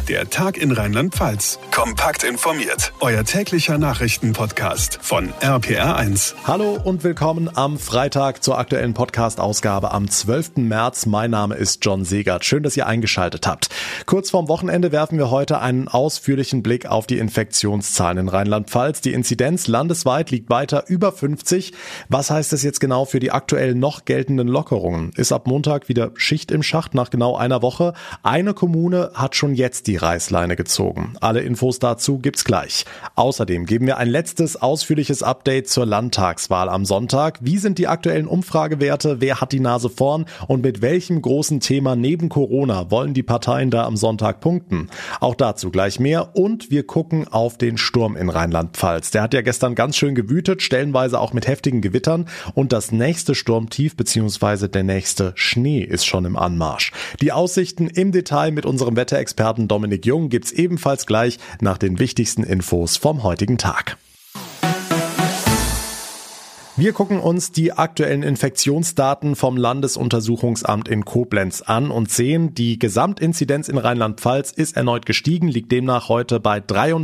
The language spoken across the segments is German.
Der Tag in Rheinland-Pfalz. Kompakt informiert. Euer täglicher Nachrichtenpodcast von RPR1. Hallo und willkommen am Freitag zur aktuellen Podcast-Ausgabe am 12. März. Mein Name ist John Segert. Schön, dass ihr eingeschaltet habt. Kurz vorm Wochenende werfen wir heute einen ausführlichen Blick auf die Infektionszahlen in Rheinland-Pfalz. Die Inzidenz landesweit liegt weiter über 50. Was heißt das jetzt genau für die aktuell noch geltenden Lockerungen? Ist ab Montag wieder Schicht im Schacht nach genau einer Woche. Eine Kommune hat schon jetzt die Reißleine gezogen. Alle Infos dazu gibt's gleich. Außerdem geben wir ein letztes ausführliches Update zur Landtagswahl am Sonntag. Wie sind die aktuellen Umfragewerte? Wer hat die Nase vorn? Und mit welchem großen Thema neben Corona wollen die Parteien da am Sonntag punkten? Auch dazu gleich mehr. Und wir gucken auf den Sturm in Rheinland-Pfalz. Der hat ja gestern ganz schön gewütet, stellenweise auch mit heftigen Gewittern. Und das nächste Sturmtief bzw. der nächste Schnee ist schon im Anmarsch. Die Aussichten im Detail mit unserem Wetterexperten Dominik Jung gibt's ebenfalls gleich nach den wichtigsten Infos vom heutigen Tag. Wir gucken uns die aktuellen Infektionsdaten vom Landesuntersuchungsamt in Koblenz an und sehen, die Gesamtinzidenz in Rheinland-Pfalz ist erneut gestiegen, liegt demnach heute bei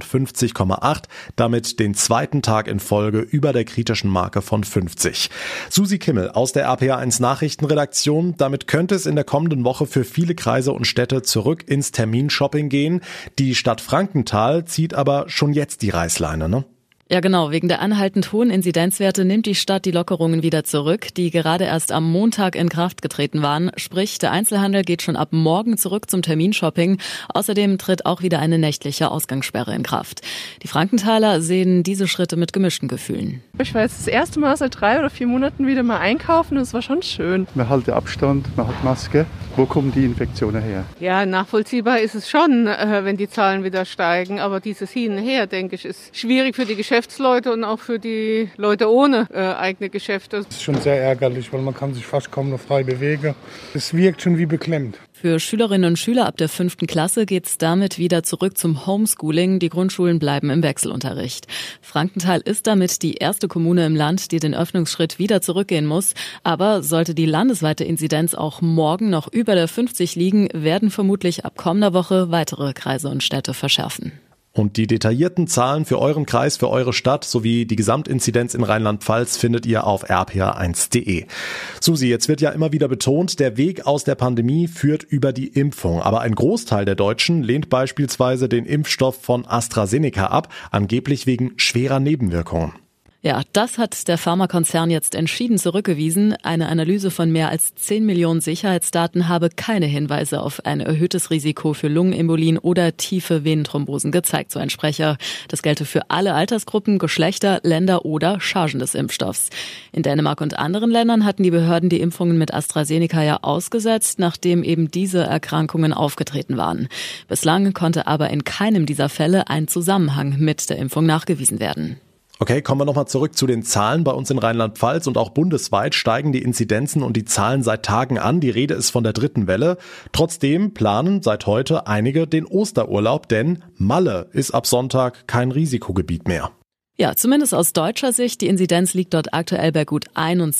53,8, damit den zweiten Tag in Folge über der kritischen Marke von 50. Susi Kimmel aus der RPR1 Nachrichtenredaktion, damit könnte es in der kommenden Woche für viele Kreise und Städte zurück ins Terminshopping gehen. Die Stadt Frankenthal zieht aber schon jetzt die Reißleine, ne? Ja genau, wegen der anhaltend hohen Inzidenzwerte nimmt die Stadt die Lockerungen wieder zurück, die gerade erst am Montag in Kraft getreten waren. Sprich, der Einzelhandel geht schon ab morgen zurück zum Terminshopping. Außerdem tritt auch wieder eine nächtliche Ausgangssperre in Kraft. Die Frankenthaler sehen diese Schritte mit gemischten Gefühlen. Ich war jetzt das erste Mal seit 3 oder 4 Monaten wieder mal einkaufen und es war schon schön. Man hält Abstand, man hat Maske. Wo kommen die Infektionen her? Ja, nachvollziehbar ist es schon, wenn die Zahlen wieder steigen. Aber dieses Hin und Her, denke ich, ist schwierig für die Geschäftsleute und auch für die Leute ohne eigene Geschäfte. Das ist schon sehr ärgerlich, weil man kann sich fast kaum noch frei bewegen. Es wirkt schon wie beklemmt. Für Schülerinnen und Schüler ab der 5. Klasse geht's damit wieder zurück zum Homeschooling. Die Grundschulen bleiben im Wechselunterricht. Frankenthal ist damit die erste Kommune im Land, die den Öffnungsschritt wieder zurückgehen muss. Aber sollte die landesweite Inzidenz auch morgen noch über der 50 liegen, werden vermutlich ab kommender Woche weitere Kreise und Städte verschärfen. Und die detaillierten Zahlen für euren Kreis, für eure Stadt sowie die Gesamtinzidenz in Rheinland-Pfalz findet ihr auf rpr1.de. Susi, jetzt wird ja immer wieder betont, der Weg aus der Pandemie führt über die Impfung. Aber ein Großteil der Deutschen lehnt beispielsweise den Impfstoff von AstraZeneca ab, angeblich wegen schwerer Nebenwirkungen. Ja, das hat der Pharmakonzern jetzt entschieden zurückgewiesen. Eine Analyse von mehr als 10 Millionen Sicherheitsdaten habe keine Hinweise auf ein erhöhtes Risiko für Lungenembolien oder tiefe Venenthrombosen gezeigt, so ein Sprecher. Das gelte für alle Altersgruppen, Geschlechter, Länder oder Chargen des Impfstoffs. In Dänemark und anderen Ländern hatten die Behörden die Impfungen mit AstraZeneca ja ausgesetzt, nachdem eben diese Erkrankungen aufgetreten waren. Bislang konnte aber in keinem dieser Fälle ein Zusammenhang mit der Impfung nachgewiesen werden. Okay, kommen wir nochmal zurück zu den Zahlen. Bei uns in Rheinland-Pfalz und auch bundesweit steigen die Inzidenzen und die Zahlen seit Tagen an. Die Rede ist von der 3. Welle. Trotzdem planen seit heute einige den Osterurlaub, denn Malle ist ab Sonntag kein Risikogebiet mehr. Ja, zumindest aus deutscher Sicht. Die Inzidenz liegt dort aktuell bei gut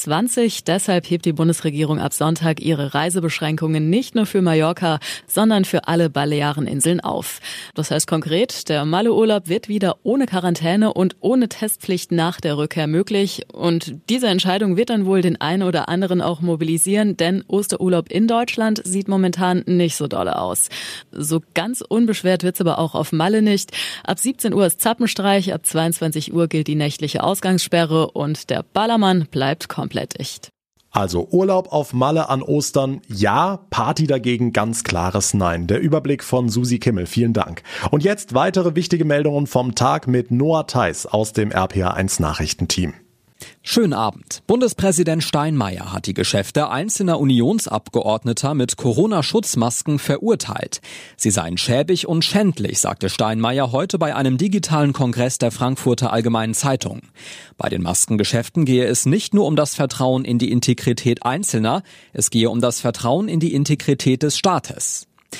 21. Deshalb hebt die Bundesregierung ab Sonntag ihre Reisebeschränkungen nicht nur für Mallorca, sondern für alle Baleareninseln auf. Das heißt konkret, der Malle-Urlaub wird wieder ohne Quarantäne und ohne Testpflicht nach der Rückkehr möglich. Und diese Entscheidung wird dann wohl den einen oder anderen auch mobilisieren, denn Osterurlaub in Deutschland sieht momentan nicht so dolle aus. So ganz unbeschwert wird's aber auch auf Malle nicht. Ab 17 Uhr ist Zappenstreich, ab 22 Uhr gilt die nächtliche Ausgangssperre und der Ballermann bleibt komplett dicht. Also Urlaub auf Malle an Ostern, ja, Party dagegen ganz klares Nein. Der Überblick von Susi Kimmel, vielen Dank. Und jetzt weitere wichtige Meldungen vom Tag mit Noah Theis aus dem RPR1 Nachrichtenteam. Schönen Abend. Bundespräsident Steinmeier hat die Geschäfte einzelner Unionsabgeordneter mit Corona-Schutzmasken verurteilt. Sie seien schäbig und schändlich, sagte Steinmeier heute bei einem digitalen Kongress der Frankfurter Allgemeinen Zeitung. Bei den Maskengeschäften gehe es nicht nur um das Vertrauen in die Integrität Einzelner, es gehe um das Vertrauen in die Integrität des Staates.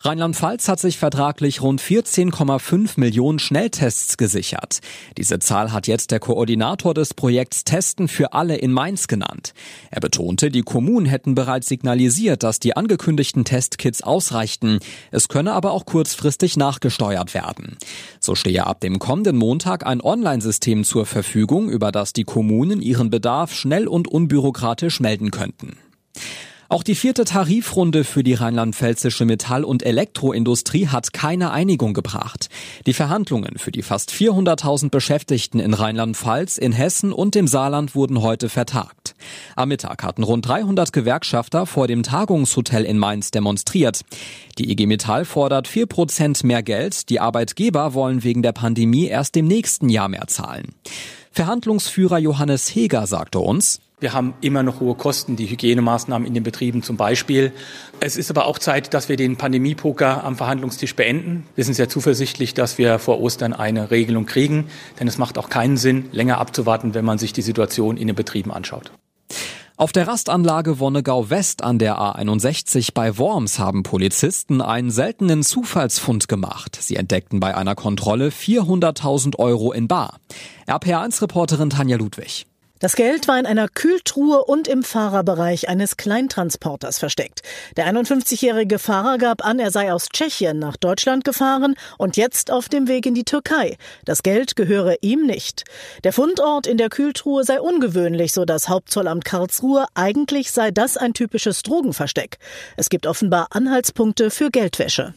Rheinland-Pfalz hat sich vertraglich rund 14,5 Millionen Schnelltests gesichert. Diese Zahl hat jetzt der Koordinator des Projekts Testen für alle in Mainz genannt. Er betonte, die Kommunen hätten bereits signalisiert, dass die angekündigten Testkits ausreichten. Es könne aber auch kurzfristig nachgesteuert werden. So stehe ab dem kommenden Montag ein Online-System zur Verfügung, über das die Kommunen ihren Bedarf schnell und unbürokratisch melden könnten. Auch die 4. Tarifrunde für die rheinland-pfälzische Metall- und Elektroindustrie hat keine Einigung gebracht. Die Verhandlungen für die fast 400.000 Beschäftigten in Rheinland-Pfalz, in Hessen und dem Saarland wurden heute vertagt. Am Mittag hatten rund 300 Gewerkschafter vor dem Tagungshotel in Mainz demonstriert. Die IG Metall fordert 4% mehr Geld, die Arbeitgeber wollen wegen der Pandemie erst im nächsten Jahr mehr zahlen. Verhandlungsführer Johannes Heger sagte uns: Wir haben immer noch hohe Kosten, die Hygienemaßnahmen in den Betrieben zum Beispiel. Es ist aber auch Zeit, dass wir den Pandemie-Poker am Verhandlungstisch beenden. Wir sind sehr zuversichtlich, dass wir vor Ostern eine Regelung kriegen, denn es macht auch keinen Sinn, länger abzuwarten, wenn man sich die Situation in den Betrieben anschaut. Auf der Rastanlage Wonnegau West an der A61 bei Worms haben Polizisten einen seltenen Zufallsfund gemacht. Sie entdeckten bei einer Kontrolle 400.000 Euro in bar. RPA1-Reporterin Tanja Ludwig. Das Geld war in einer Kühltruhe und im Fahrerbereich eines Kleintransporters versteckt. Der 51-jährige Fahrer gab an, er sei aus Tschechien nach Deutschland gefahren und jetzt auf dem Weg in die Türkei. Das Geld gehöre ihm nicht. Der Fundort in der Kühltruhe sei ungewöhnlich, so das Hauptzollamt Karlsruhe. Eigentlich sei das ein typisches Drogenversteck. Es gibt offenbar Anhaltspunkte für Geldwäsche.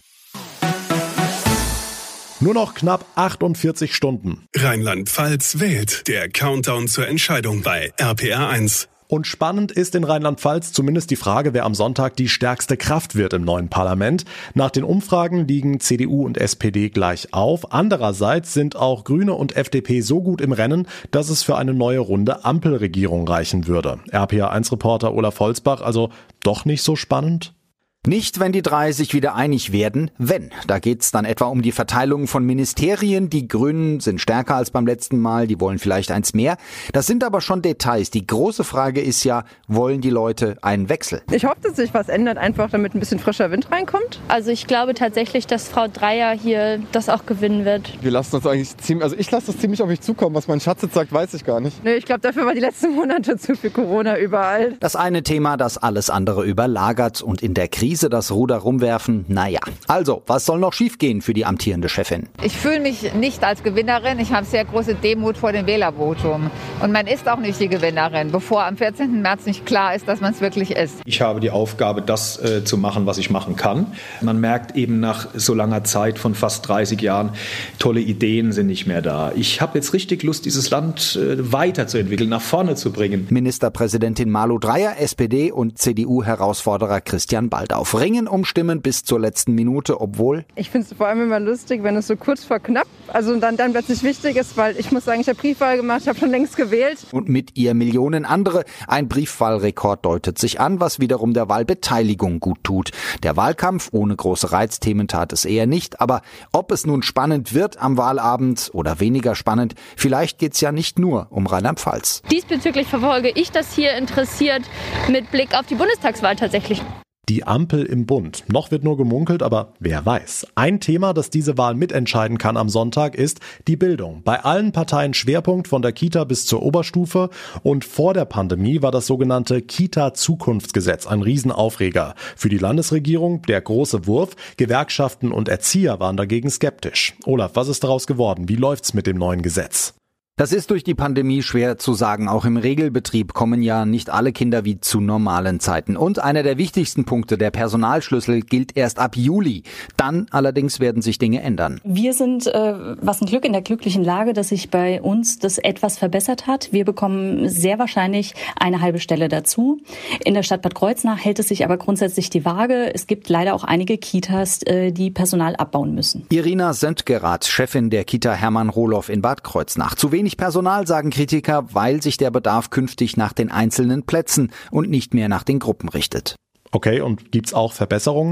Nur noch knapp 48 Stunden. Rheinland-Pfalz wählt. Der Countdown zur Entscheidung bei RPR1. Und spannend ist in Rheinland-Pfalz zumindest die Frage, wer am Sonntag die stärkste Kraft wird im neuen Parlament. Nach den Umfragen liegen CDU und SPD gleich auf. Andererseits sind auch Grüne und FDP so gut im Rennen, dass es für eine neue Runde Ampelregierung reichen würde. RPR1-Reporter Olaf Holzbach, also doch nicht so spannend? Nicht, wenn die drei sich wieder einig werden, wenn. Da geht's dann etwa um die Verteilung von Ministerien. Die Grünen sind stärker als beim letzten Mal, die wollen vielleicht eins mehr. Das sind aber schon Details. Die große Frage ist ja, wollen die Leute einen Wechsel? Ich hoffe, dass sich was ändert, einfach damit ein bisschen frischer Wind reinkommt. Also ich glaube tatsächlich, dass Frau Dreyer hier das auch gewinnen wird. Wir lassen uns eigentlich ich lasse das ziemlich auf mich zukommen. Was mein Schatz jetzt sagt, weiß ich gar nicht. Nee, ich glaube, dafür war die letzten Monate zu viel Corona überall. Das eine Thema, das alles andere überlagert und in der Krise das Ruder rumwerfen, naja. Also, was soll noch schiefgehen für die amtierende Chefin? Ich fühle mich nicht als Gewinnerin. Ich habe sehr große Demut vor dem Wählervotum. Und man ist auch nicht die Gewinnerin, bevor am 14. März nicht klar ist, dass man es wirklich ist. Ich habe die Aufgabe, das zu machen, was ich machen kann. Man merkt eben nach so langer Zeit von fast 30 Jahren, tolle Ideen sind nicht mehr da. Ich habe jetzt richtig Lust, dieses Land weiterzuentwickeln, nach vorne zu bringen. Ministerpräsidentin Malu Dreyer, SPD und CDU-Herausforderer Christian Baldauf ringen um Stimmen bis zur letzten Minute, obwohl... Ich finde es vor allem immer lustig, wenn es so kurz vor knapp, also dann plötzlich wichtig ist, weil ich muss sagen, ich habe Briefwahl gemacht, ich habe schon längst gewählt. Und mit ihr Millionen andere. Ein Briefwahlrekord deutet sich an, was wiederum der Wahlbeteiligung gut tut. Der Wahlkampf ohne große Reizthemen tat es eher nicht, aber ob es nun spannend wird am Wahlabend oder weniger spannend, vielleicht geht's ja nicht nur um Rheinland-Pfalz. Diesbezüglich verfolge ich das hier interessiert mit Blick auf die Bundestagswahl tatsächlich. Die Ampel im Bund. Noch wird nur gemunkelt, aber wer weiß. Ein Thema, das diese Wahl mitentscheiden kann am Sonntag, ist die Bildung. Bei allen Parteien Schwerpunkt von der Kita bis zur Oberstufe. Und vor der Pandemie war das sogenannte Kita-Zukunftsgesetz ein Riesenaufreger. Für die Landesregierung der große Wurf. Gewerkschaften und Erzieher waren dagegen skeptisch. Olaf, was ist daraus geworden? Wie läuft's mit dem neuen Gesetz? Das ist durch die Pandemie schwer zu sagen. Auch im Regelbetrieb kommen ja nicht alle Kinder wie zu normalen Zeiten. Und einer der wichtigsten Punkte, der Personalschlüssel, gilt erst ab Juli. Dann allerdings werden sich Dinge ändern. Wir sind, was ein Glück, in der glücklichen Lage, dass sich bei uns das etwas verbessert hat. Wir bekommen sehr wahrscheinlich eine halbe Stelle dazu. In der Stadt Bad Kreuznach hält es sich aber grundsätzlich die Waage. Es gibt leider auch einige Kitas, die Personal abbauen müssen. Irina Söntgerath, Chefin der Kita Hermann Rohloff in Bad Kreuznach. Zu wenig Personal, sagen Kritiker, weil sich der Bedarf künftig nach den einzelnen Plätzen und nicht mehr nach den Gruppen richtet. Okay, und gibt's auch Verbesserungen?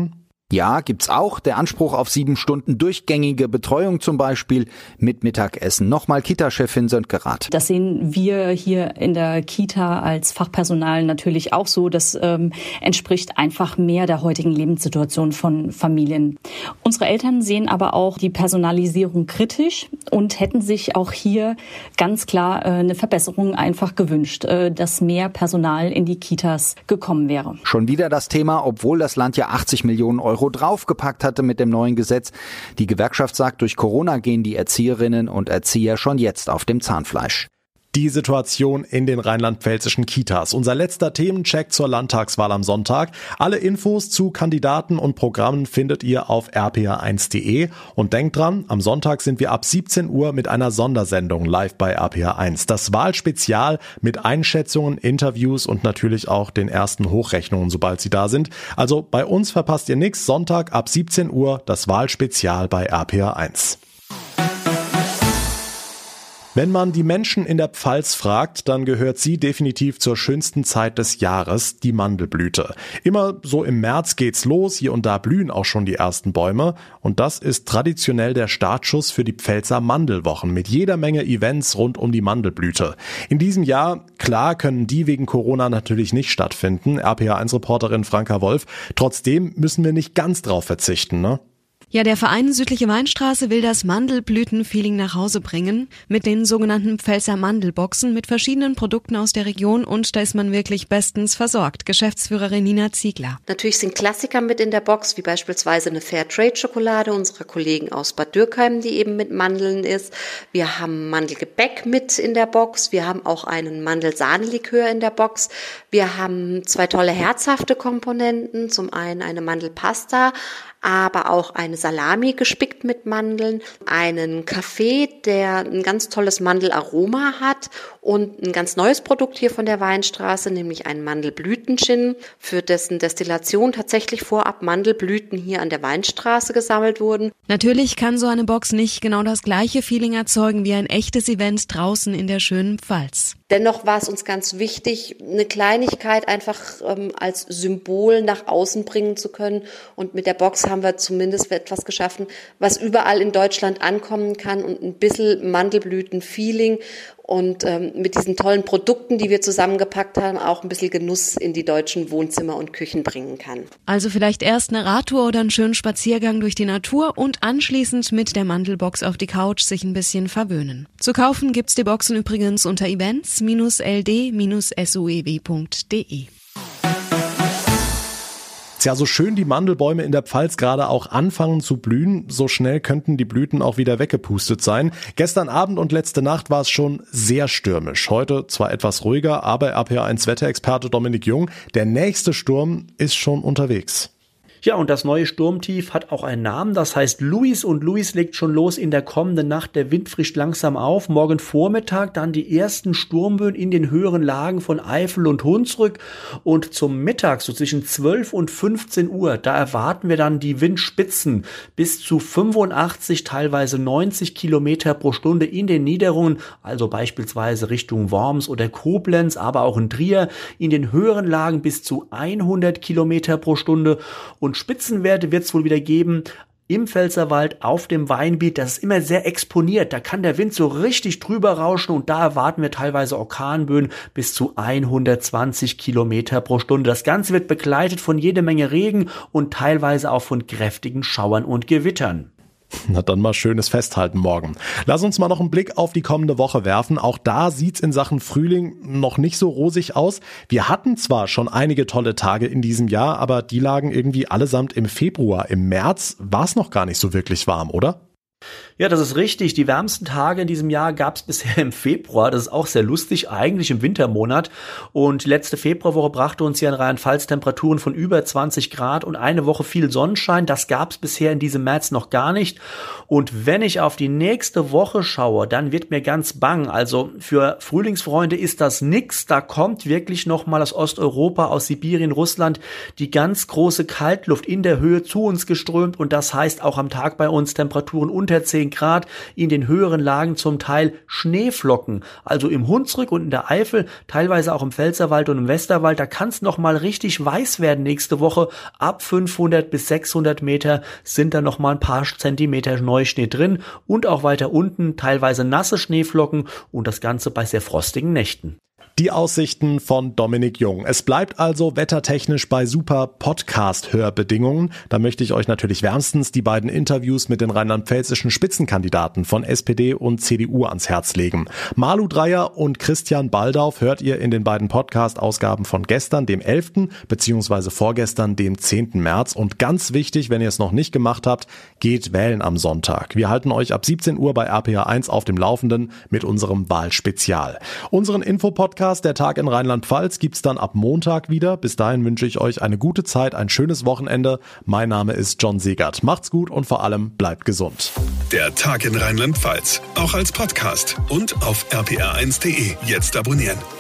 Ja, gibt's auch. Der Anspruch auf 7 Stunden durchgängige Betreuung zum Beispiel mit Mittagessen. Nochmal Kita-Chefin Sönke Rath. Das sehen wir hier in der Kita als Fachpersonal natürlich auch so. Das entspricht einfach mehr der heutigen Lebenssituation von Familien. Unsere Eltern sehen aber auch die Personalisierung kritisch und hätten sich auch hier ganz klar eine Verbesserung einfach gewünscht, dass mehr Personal in die Kitas gekommen wäre. Schon wieder das Thema, obwohl das Land ja 80 Millionen Euro draufgepackt hatte mit dem neuen Gesetz. Die Gewerkschaft sagt, durch Corona gehen die Erzieherinnen und Erzieher schon jetzt auf dem Zahnfleisch. Die Situation in den rheinland-pfälzischen Kitas. Unser letzter Themencheck zur Landtagswahl am Sonntag. Alle Infos zu Kandidaten und Programmen findet ihr auf rpa1.de. Und denkt dran, am Sonntag sind wir ab 17 Uhr mit einer Sondersendung live bei RPA1. Das Wahlspezial mit Einschätzungen, Interviews und natürlich auch den ersten Hochrechnungen, sobald sie da sind. Also bei uns verpasst ihr nichts. Sonntag ab 17 Uhr das Wahlspezial bei RPA1. Wenn man die Menschen in der Pfalz fragt, dann gehört sie definitiv zur schönsten Zeit des Jahres, die Mandelblüte. Immer so im März geht's los, hier und da blühen auch schon die ersten Bäume. Und das ist traditionell der Startschuss für die Pfälzer Mandelwochen mit jeder Menge Events rund um die Mandelblüte. In diesem Jahr, klar, können die wegen Corona natürlich nicht stattfinden. RPA1-Reporterin Franka Wolf. Trotzdem müssen wir nicht ganz drauf verzichten, ne? Ja, der Verein Südliche Weinstraße will das Mandelblütenfeeling nach Hause bringen mit den sogenannten Pfälzer Mandelboxen mit verschiedenen Produkten aus der Region und da ist man wirklich bestens versorgt. Geschäftsführerin Nina Ziegler. Natürlich sind Klassiker mit in der Box, wie beispielsweise eine Fairtrade-Schokolade unserer Kollegen aus Bad Dürkheim, die eben mit Mandeln ist. Wir haben Mandelgebäck mit in der Box. Wir haben auch einen Mandelsahnelikör in der Box. Wir haben 2 tolle herzhafte Komponenten. Zum einen eine Mandelpasta, aber auch eine Salami gespickt mit Mandeln, einen Kaffee, der ein ganz tolles Mandelaroma hat und ein ganz neues Produkt hier von der Weinstraße, nämlich ein Mandelblüten-Gin, für dessen Destillation tatsächlich vorab Mandelblüten hier an der Weinstraße gesammelt wurden. Natürlich kann so eine Box nicht genau das gleiche Feeling erzeugen wie ein echtes Event draußen in der schönen Pfalz. Dennoch war es uns ganz wichtig, eine Kleinigkeit einfach als Symbol nach außen bringen zu können. Und mit der Box haben wir zumindest etwas geschaffen, was überall in Deutschland ankommen kann und ein bisschen Mandelblüten-Feeling und mit diesen tollen Produkten, die wir zusammengepackt haben, auch ein bisschen Genuss in die deutschen Wohnzimmer und Küchen bringen kann. Also vielleicht erst eine Radtour oder einen schönen Spaziergang durch die Natur und anschließend mit der Mandelbox auf die Couch sich ein bisschen verwöhnen. Zu kaufen gibt's die Boxen übrigens unter events-ld-suew.de. Ja, so schön die Mandelbäume in der Pfalz gerade auch anfangen zu blühen, so schnell könnten die Blüten auch wieder weggepustet sein. Gestern Abend und letzte Nacht war es schon sehr stürmisch. Heute zwar etwas ruhiger, aber RPA1-Wetterexperte Dominik Jung, der nächste Sturm ist schon unterwegs. Ja, und das neue Sturmtief hat auch einen Namen, das heißt Luis und Luis legt schon los in der kommenden Nacht. Der Wind frischt langsam auf. Morgen Vormittag dann die ersten Sturmböen in den höheren Lagen von Eifel und Hunsrück und zum Mittag, so zwischen 12 und 15 Uhr, da erwarten wir dann die Windspitzen bis zu 85, teilweise 90 Kilometer pro Stunde in den Niederungen, also beispielsweise Richtung Worms oder Koblenz, aber auch in Trier, in den höheren Lagen bis zu 100 Kilometer pro Stunde. Und Spitzenwerte wird es wohl wieder geben im Pfälzerwald, auf dem Weingebiet. Das ist immer sehr exponiert. Da kann der Wind so richtig drüber rauschen und da erwarten wir teilweise Orkanböen bis zu 120 Kilometer pro Stunde. Das Ganze wird begleitet von jede Menge Regen und teilweise auch von kräftigen Schauern und Gewittern. Na dann mal schönes Festhalten morgen. Lass uns mal noch einen Blick auf die kommende Woche werfen. Auch da sieht's in Sachen Frühling noch nicht so rosig aus. Wir hatten zwar schon einige tolle Tage in diesem Jahr, aber die lagen irgendwie allesamt im Februar. Im März war es noch gar nicht so wirklich warm, oder? Ja, das ist richtig. Die wärmsten Tage in diesem Jahr gab es bisher im Februar. Das ist auch sehr lustig, eigentlich im Wintermonat. Und die letzte Februarwoche brachte uns hier in Rheinland-Pfalz Temperaturen von über 20 Grad und eine Woche viel Sonnenschein. Das gab es bisher in diesem März noch gar nicht. Und wenn ich auf die nächste Woche schaue, dann wird mir ganz bang. Also für Frühlingsfreunde ist das nix. Da kommt wirklich nochmal aus Osteuropa, aus Sibirien, Russland, die ganz große Kaltluft in der Höhe zu uns geströmt. Und das heißt auch am Tag bei uns Temperaturen unter unter 10 Grad, in den höheren Lagen zum Teil Schneeflocken. Also im Hunsrück und in der Eifel, teilweise auch im Pfälzerwald und im Westerwald, da kann es nochmal richtig weiß werden nächste Woche. Ab 500 bis 600 Meter sind da nochmal ein paar Zentimeter Neuschnee drin und auch weiter unten teilweise nasse Schneeflocken und das Ganze bei sehr frostigen Nächten. Die Aussichten von Dominik Jung. Es bleibt also wettertechnisch bei super Podcast-Hörbedingungen. Da möchte ich euch natürlich wärmstens die beiden Interviews mit den rheinland-pfälzischen Spitzenkandidaten von SPD und CDU ans Herz legen. Malu Dreyer und Christian Baldauf hört ihr in den beiden Podcast-Ausgaben von gestern, dem 11. bzw. vorgestern, dem 10. März. Und ganz wichtig, wenn ihr es noch nicht gemacht habt, geht wählen am Sonntag. Wir halten euch ab 17 Uhr bei RPA1 auf dem Laufenden mit unserem Wahlspezial. Unseren Infopodcast Der Tag in Rheinland-Pfalz gibt's dann ab Montag wieder. Bis dahin wünsche ich euch eine gute Zeit, ein schönes Wochenende. Mein Name ist John Segert. Macht's gut und vor allem bleibt gesund. Der Tag in Rheinland-Pfalz, auch als Podcast und auf rpr1.de. Jetzt abonnieren.